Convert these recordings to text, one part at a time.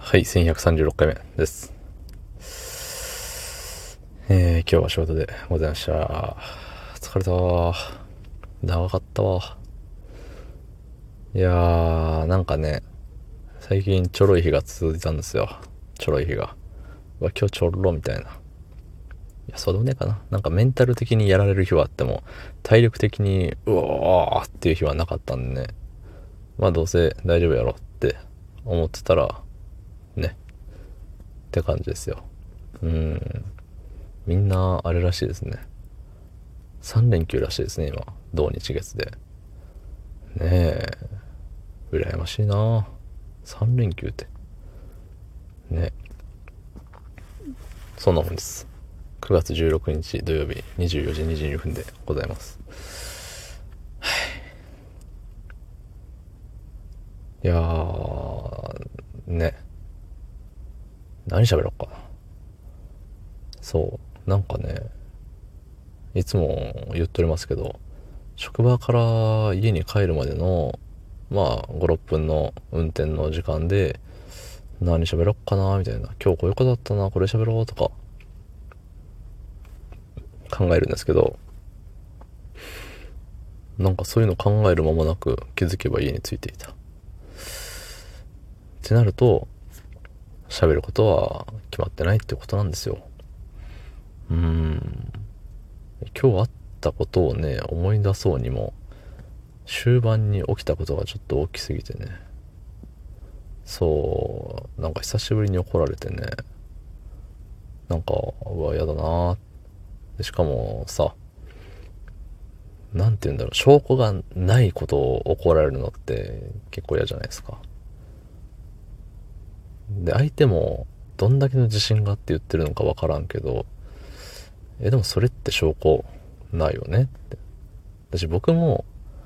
はい、1136回目です。今日は仕事でございました。疲れたわ。長かったわ。いやー、なんかね、最近ちょろい日が続いたんですよ。ちょろい日が。今日ちょろみたいな。いや、そうでもねえかな。なんかメンタル的にやられる日はあっても、体力的に、うおーっていう日はなかったんでね。まあどうせ大丈夫やろって思ってたら、ね、って感じですよ。みんなあれらしいですね。3連休らしいですね、今。土日月で。ねえ、羨ましいな。3連休って。ね。そんなもんです。9月16日土曜日24時22分でございます。いやー、ね。何喋ろうかな。そう。なんかね、いつも言っておりますけど、職場から家に帰るまでの、まあ、5、6分の運転の時間で、何喋ろっかなみたいな。今日こういうことだったな、これ喋ろうとか考えるんですけど、なんかそういうの考える間もなく気づけば家に着いていた。ってなると、喋ることは決まってないってことなんですよ。今日あったことをね、思い出そうにも、終盤に起きたことがちょっと大きすぎてね。そう、なんか久しぶりに怒られてね、なんか、うわ、やだな。でしかもさ、なんて言うんだろう、証拠がないことを怒られるのって結構嫌じゃないですか。で、相手もどんだけの自信があって言ってるのかわからんけど、でもそれって証拠ないよねって。私僕も、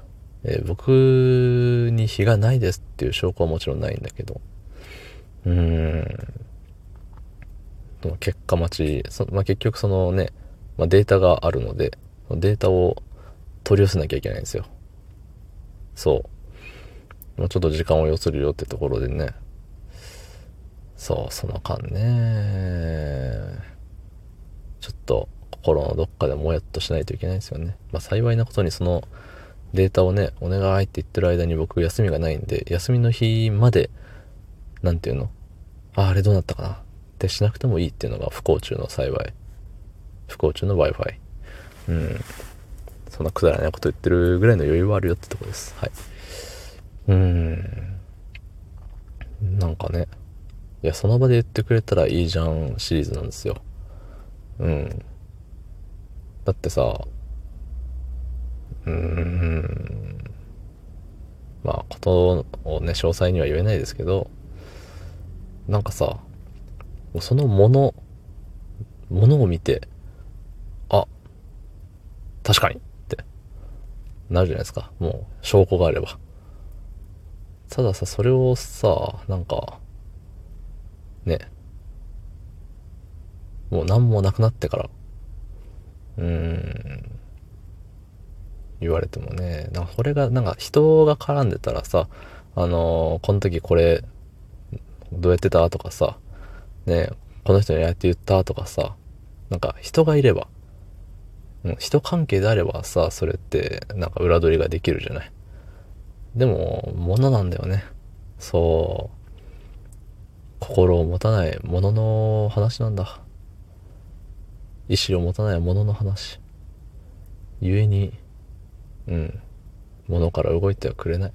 僕に非がないですっていう証拠はもちろんないんだけど、うーん、結果待ち、まあ、結局そのね、まあ、データがあるので、データを取り寄せなきゃいけないんですよ。そう。まあ、ちょっと時間を要するよってところでね、そう、その間ね、ちょっと心のどっかでもやっとしないといけないですよね。まあ幸いなことにそのデータをね、お願いって言ってる間に僕休みがないんで、休みの日まで、なんていうの、あれどうなったかなってしなくてもいいっていうのが不幸中の幸い。不幸中の Wi-Fi。うん。そんなくだらないこと言ってるぐらいの余裕はあるよってとこです。はい。なんかね、いや、その場で言ってくれたらいいじゃんシリーズなんですよ。うん。だってさ、うーん、まあ、ことをね、詳細には言えないですけど、なんかさ、そのものを見て、あ、確かにってなるじゃないですか。もう、証拠があれば。たださ、それをさ、なんか、ね、もう何もなくなってから、うーん、言われてもね、なんかそれが、なんか人が絡んでたらさ、この時これ、どうやってたとかさ、ね、この人にやって言ったとかさ、なんか人がいれば、人関係であればさ、それってなんか裏取りができるじゃない。でも、物なんだよね。そう。心を持たない物の話なんだ。意志を持たない物の話。故に、うん、物から動いてはくれない。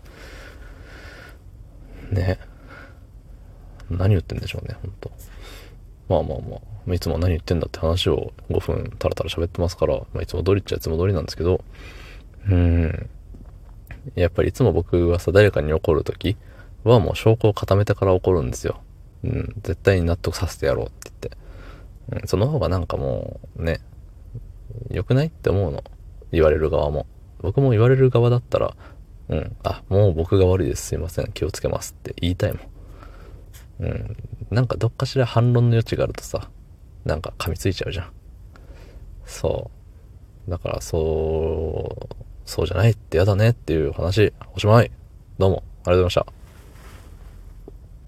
ね。何言ってんでしょうね、ほんと。まあまあまあ、いつも何言ってんだって話を5分タラタラ喋ってますから、まあいつも通りっちゃいつも通りなんですけど、うーん、やっぱりいつも僕はさ、誰かに怒るときはもう証拠を固めてから怒るんですよ。うん、絶対に納得させてやろうって言って。うん、その方がなんかもう、ね、良くないって思うの。言われる側も。僕も言われる側だったら、もう僕が悪いです。すいません。気をつけますって言いたいもん。なんかどっかしら反論の余地があるとさ、なんか噛みついちゃうじゃん。そう。だからそうじゃないってやだねっていう話、おしまい。どうも、ありがとうございました。